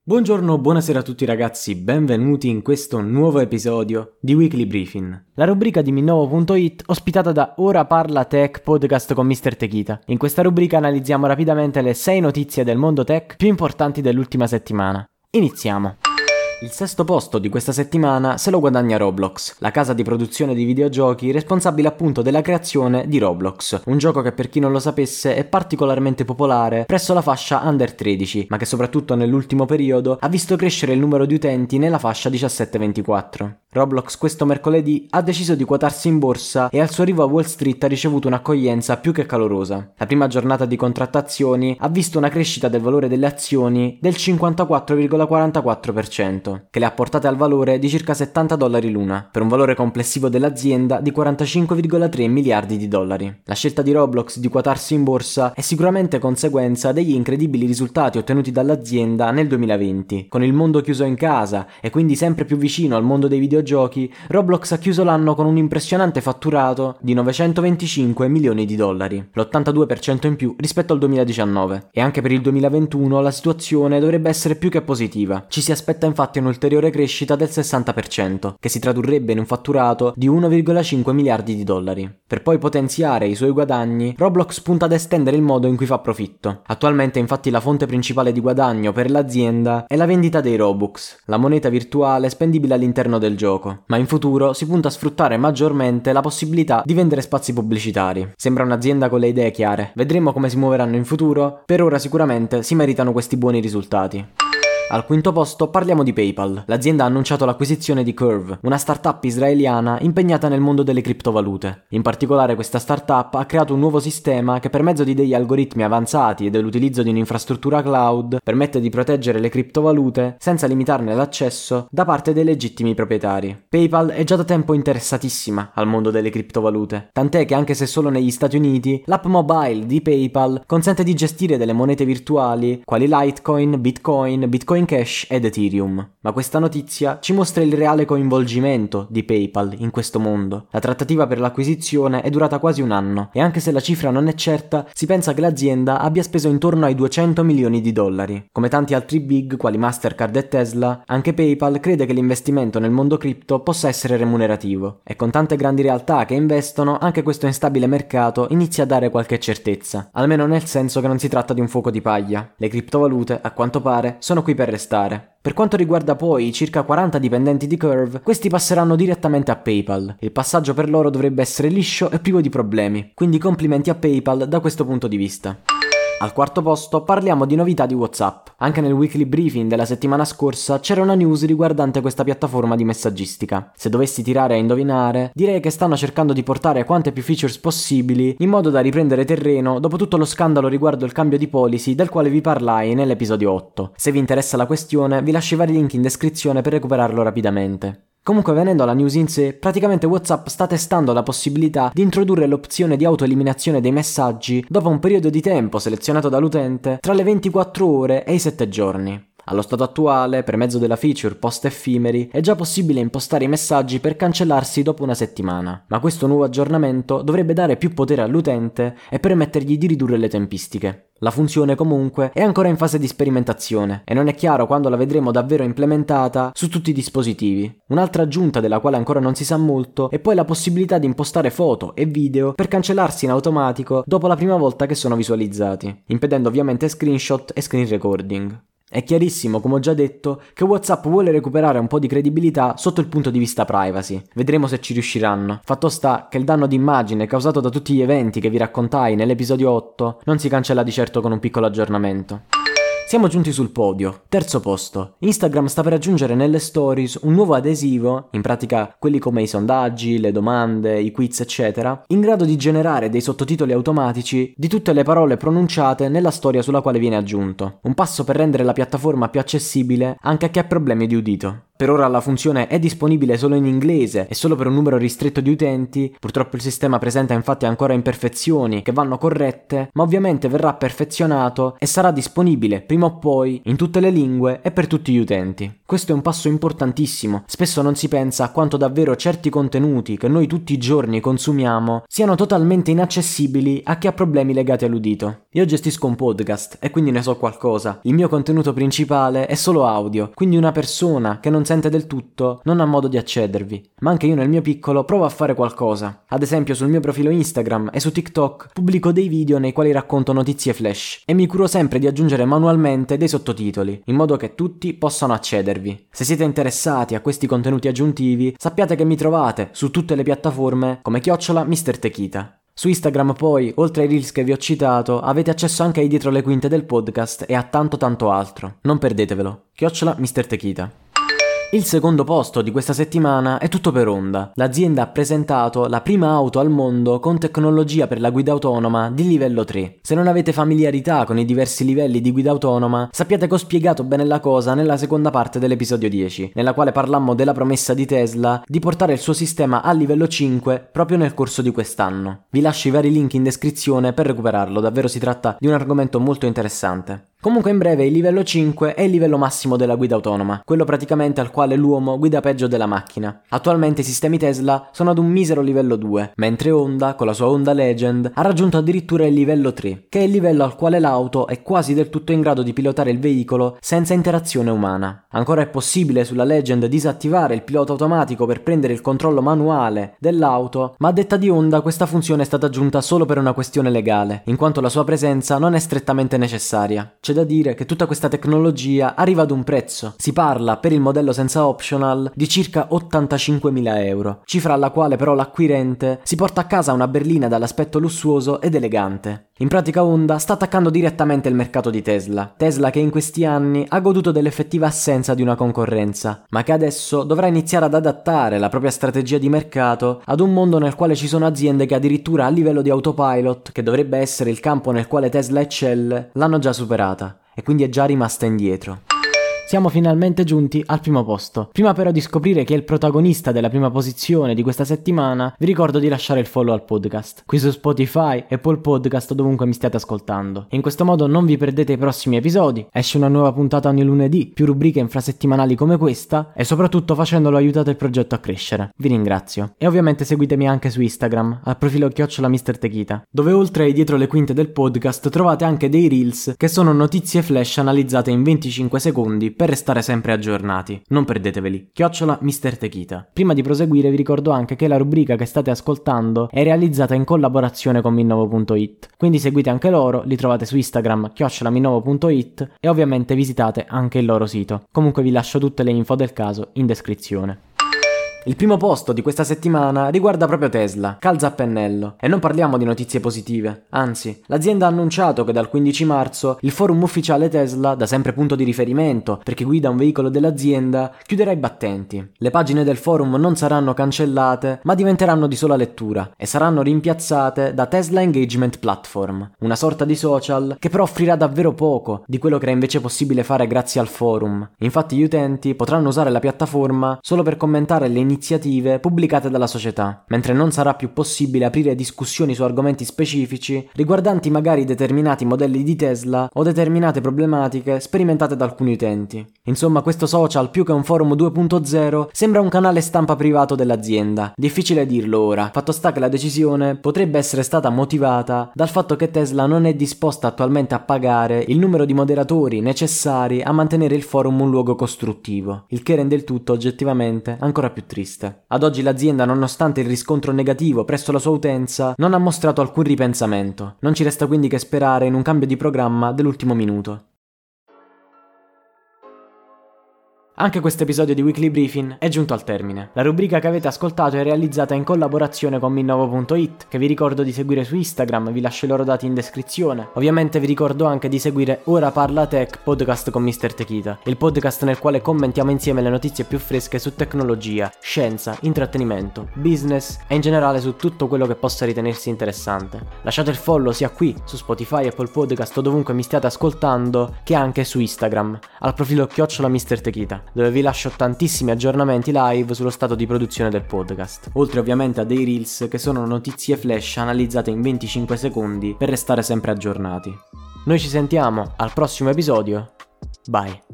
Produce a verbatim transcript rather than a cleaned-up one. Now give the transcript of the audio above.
Buongiorno, buonasera a tutti ragazzi, benvenuti in questo nuovo episodio di Weekly Briefing, la rubrica di Minnovo punto it ospitata da Ora Parla Tech Podcast con mister Techita. In questa rubrica analizziamo rapidamente le sei notizie del mondo tech più importanti dell'ultima settimana. Iniziamo! Il sesto posto di questa settimana se lo guadagna Roblox, la casa di produzione di videogiochi responsabile appunto della creazione di Roblox, un gioco che per chi non lo sapesse è particolarmente popolare presso la fascia under tredici, ma che soprattutto nell'ultimo periodo ha visto crescere il numero di utenti nella fascia diciassette ventiquattro. Roblox questo mercoledì ha deciso di quotarsi in borsa e al suo arrivo a Wall Street ha ricevuto un'accoglienza più che calorosa. La prima giornata di contrattazioni ha visto una crescita del valore delle azioni del cinquantaquattro virgola quarantaquattro per cento. Che le ha portate al valore di circa settanta dollari l'una, per un valore complessivo dell'azienda di quarantacinque virgola tre miliardi di dollari. La scelta di Roblox di quotarsi in borsa è sicuramente conseguenza degli incredibili risultati ottenuti dall'azienda nel duemilaventi. Con il mondo chiuso in casa e quindi sempre più vicino al mondo dei videogiochi, Roblox ha chiuso l'anno con un impressionante fatturato di novecentoventicinque milioni di dollari, l'ottantadue per cento in più rispetto al duemiladiciannove. E anche per il duemilaventuno la situazione dovrebbe essere più che positiva. Ci si aspetta infatti un'ulteriore crescita del sessanta per cento, che si tradurrebbe in un fatturato di uno virgola cinque miliardi di dollari. Per poi potenziare i suoi guadagni, Roblox punta ad estendere il modo in cui fa profitto. Attualmente infatti la fonte principale di guadagno per l'azienda è la vendita dei Robux, la moneta virtuale spendibile all'interno del gioco, ma in futuro si punta a sfruttare maggiormente la possibilità di vendere spazi pubblicitari. Sembra un'azienda con le idee chiare, vedremo come si muoveranno in futuro, per ora sicuramente si meritano questi buoni risultati. Al quinto posto parliamo di PayPal. L'azienda ha annunciato l'acquisizione di Curve, una startup israeliana impegnata nel mondo delle criptovalute. In particolare questa startup ha creato un nuovo sistema che per mezzo di degli algoritmi avanzati e dell'utilizzo di un'infrastruttura cloud permette di proteggere le criptovalute senza limitarne l'accesso da parte dei legittimi proprietari. PayPal è già da tempo interessatissima al mondo delle criptovalute, tant'è che anche se solo negli Stati Uniti, l'app mobile di PayPal consente di gestire delle monete virtuali quali Litecoin, Bitcoin, Bitcoin Cash ed Ethereum. Ma questa notizia ci mostra il reale coinvolgimento di PayPal in questo mondo. La trattativa per l'acquisizione è durata quasi un anno e anche se la cifra non è certa, si pensa che l'azienda abbia speso intorno ai duecento milioni di dollari. Come tanti altri big quali Mastercard e Tesla, anche PayPal crede che l'investimento nel mondo cripto possa essere remunerativo e con tante grandi realtà che investono, anche questo instabile mercato inizia a dare qualche certezza, almeno nel senso che non si tratta di un fuoco di paglia. Le criptovalute, a quanto pare, sono qui per restare. Per quanto riguarda poi i circa quaranta dipendenti di Curve, questi passeranno direttamente a PayPal. Il passaggio per loro dovrebbe essere liscio e privo di problemi, quindi complimenti a PayPal da questo punto di vista. Al quarto posto parliamo di novità di WhatsApp. Anche nel weekly briefing della settimana scorsa c'era una news riguardante questa piattaforma di messaggistica. Se dovessi tirare a indovinare, direi che stanno cercando di portare quante più features possibili in modo da riprendere terreno dopo tutto lo scandalo riguardo il cambio di policy del quale vi parlai nell'episodio otto. Se vi interessa la questione, vi lascio i vari link in descrizione per recuperarlo rapidamente. Comunque, venendo alla news in sé, praticamente WhatsApp sta testando la possibilità di introdurre l'opzione di autoeliminazione dei messaggi dopo un periodo di tempo selezionato dall'utente tra le ventiquattro ore e i sette giorni. Allo stato attuale, per mezzo della feature post effimeri, è già possibile impostare i messaggi per cancellarsi dopo una settimana, ma questo nuovo aggiornamento dovrebbe dare più potere all'utente e permettergli di ridurre le tempistiche. La funzione comunque è ancora in fase di sperimentazione e non è chiaro quando la vedremo davvero implementata su tutti i dispositivi. Un'altra aggiunta della quale ancora non si sa molto è poi la possibilità di impostare foto e video per cancellarsi in automatico dopo la prima volta che sono visualizzati, impedendo ovviamente screenshot e screen recording. È chiarissimo, come ho già detto, che WhatsApp vuole recuperare un po' di credibilità sotto il punto di vista privacy. Vedremo se ci riusciranno. Fatto sta che il danno d'immagine causato da tutti gli eventi che vi raccontai nell'episodio otto non si cancella di certo con un piccolo aggiornamento. Siamo giunti sul podio, terzo posto. Instagram sta per aggiungere nelle stories un nuovo adesivo, in pratica quelli come i sondaggi, le domande, i quiz eccetera, in grado di generare dei sottotitoli automatici di tutte le parole pronunciate nella storia sulla quale viene aggiunto. Un passo per rendere la piattaforma più accessibile anche a chi ha problemi di udito. Per ora la funzione è disponibile solo in inglese e solo per un numero ristretto di utenti, purtroppo il sistema presenta infatti ancora imperfezioni che vanno corrette, ma ovviamente verrà perfezionato e sarà disponibile prima o poi in tutte le lingue e per tutti gli utenti. Questo è un passo importantissimo, spesso non si pensa a quanto davvero certi contenuti che noi tutti i giorni consumiamo siano totalmente inaccessibili a chi ha problemi legati all'udito. Io gestisco un podcast e quindi ne so qualcosa, il mio contenuto principale è solo audio, quindi una persona che non sente del tutto non ha modo di accedervi, ma anche io nel mio piccolo provo a fare qualcosa. Ad esempio sul mio profilo Instagram e su TikTok pubblico dei video nei quali racconto notizie flash e mi curo sempre di aggiungere manualmente dei sottotitoli, in modo che tutti possano accedervi. Se siete interessati a questi contenuti aggiuntivi, sappiate che mi trovate su tutte le piattaforme come chiocciola mister Techita. Su Instagram poi, oltre ai reels che vi ho citato, avete accesso anche ai dietro le quinte del podcast e a tanto tanto altro. Non perdetevelo. Chiocciola mister Techita. Il secondo posto di questa settimana è tutto per Honda. L'azienda ha presentato la prima auto al mondo con tecnologia per la guida autonoma di livello tre. Se non avete familiarità con i diversi livelli di guida autonoma, sappiate che ho spiegato bene la cosa nella seconda parte dell'episodio dieci, nella quale parlammo della promessa di Tesla di portare il suo sistema a livello cinque proprio nel corso di quest'anno. Vi lascio i vari link in descrizione per recuperarlo, davvero si tratta di un argomento molto interessante. Comunque in breve il livello cinque è il livello massimo della guida autonoma, quello praticamente al quale l'uomo guida peggio della macchina. Attualmente i sistemi Tesla sono ad un misero livello due, mentre Honda, con la sua Honda Legend, ha raggiunto addirittura il livello tre, che è il livello al quale l'auto è quasi del tutto in grado di pilotare il veicolo senza interazione umana. Ancora è possibile sulla Legend disattivare il pilota automatico per prendere il controllo manuale dell'auto, ma a detta di Honda questa funzione è stata aggiunta solo per una questione legale, in quanto la sua presenza non è strettamente necessaria. C'è da dire che tutta questa tecnologia arriva ad un prezzo. Si parla, per il modello senza optional, di circa ottantacinquemila euro, cifra alla quale però l'acquirente si porta a casa una berlina dall'aspetto lussuoso ed elegante. In pratica Honda sta attaccando direttamente il mercato di Tesla. Tesla che in questi anni ha goduto dell'effettiva assenza di una concorrenza, ma che adesso dovrà iniziare ad adattare la propria strategia di mercato ad un mondo nel quale ci sono aziende che addirittura a livello di autopilot, che dovrebbe essere il campo nel quale Tesla eccelle, l'hanno già superata e quindi è già rimasta indietro. Siamo finalmente giunti al primo posto. Prima però di scoprire chi è il protagonista della prima posizione di questa settimana, vi ricordo di lasciare il follow al podcast, qui su Spotify, Apple Podcast o dovunque mi stiate ascoltando. In questo modo non vi perdete i prossimi episodi, esce una nuova puntata ogni lunedì, più rubriche infrasettimanali come questa e soprattutto facendolo aiutate il progetto a crescere. Vi ringrazio. E ovviamente seguitemi anche su Instagram, al profilo chiocciola mister Techita, dove oltre ai dietro le quinte del podcast trovate anche dei reels che sono notizie flash analizzate in venticinque secondi per restare sempre aggiornati. Non perdeteveli. Chiocciola mister Techita. Prima di proseguire vi ricordo anche che la rubrica che state ascoltando è realizzata in collaborazione con minnovo punto it, quindi seguite anche loro, li trovate su Instagram chiocciola minnovo punto it e ovviamente visitate anche il loro sito. Comunque vi lascio tutte le info del caso in descrizione. Il primo posto di questa settimana riguarda proprio Tesla, calza a pennello, e non parliamo di notizie positive, anzi, l'azienda ha annunciato che dal quindici marzo il forum ufficiale Tesla, da sempre punto di riferimento per chi guida un veicolo dell'azienda, chiuderà i battenti. Le pagine del forum non saranno cancellate, ma diventeranno di sola lettura e saranno rimpiazzate da Tesla Engagement Platform, una sorta di social che però offrirà davvero poco di quello che era invece possibile fare grazie al forum. Infatti gli utenti potranno usare la piattaforma solo per commentare le iniziative pubblicate dalla società, mentre non sarà più possibile aprire discussioni su argomenti specifici riguardanti magari determinati modelli di Tesla o determinate problematiche sperimentate da alcuni utenti. Insomma, questo social, più che un forum due punto zero, sembra un canale stampa privato dell'azienda. Difficile dirlo ora, fatto sta che la decisione potrebbe essere stata motivata dal fatto che Tesla non è disposta attualmente a pagare il numero di moderatori necessari a mantenere il forum un luogo costruttivo, il che rende il tutto oggettivamente ancora più triste. Ad oggi l'azienda, nonostante il riscontro negativo presso la sua utenza, non ha mostrato alcun ripensamento. Non ci resta quindi che sperare in un cambio di programma dell'ultimo minuto. Anche questo episodio di Weekly Briefing è giunto al termine. La rubrica che avete ascoltato è realizzata in collaborazione con minnovo punto it, che vi ricordo di seguire su Instagram, vi lascio i loro dati in descrizione. Ovviamente vi ricordo anche di seguire Ora Parla Tech Podcast con mister Techita, il podcast nel quale commentiamo insieme le notizie più fresche su tecnologia, scienza, intrattenimento, business e in generale su tutto quello che possa ritenersi interessante. Lasciate il follow sia qui, su Spotify, Apple Podcast o dovunque mi stiate ascoltando, che anche su Instagram, al profilo chiocciola mister Techita. dove vi lascio tantissimi aggiornamenti live sullo stato di produzione del podcast, oltre ovviamente a dei reels che sono notizie flash analizzate in venticinque secondi per restare sempre aggiornati. Noi ci sentiamo al prossimo episodio, bye!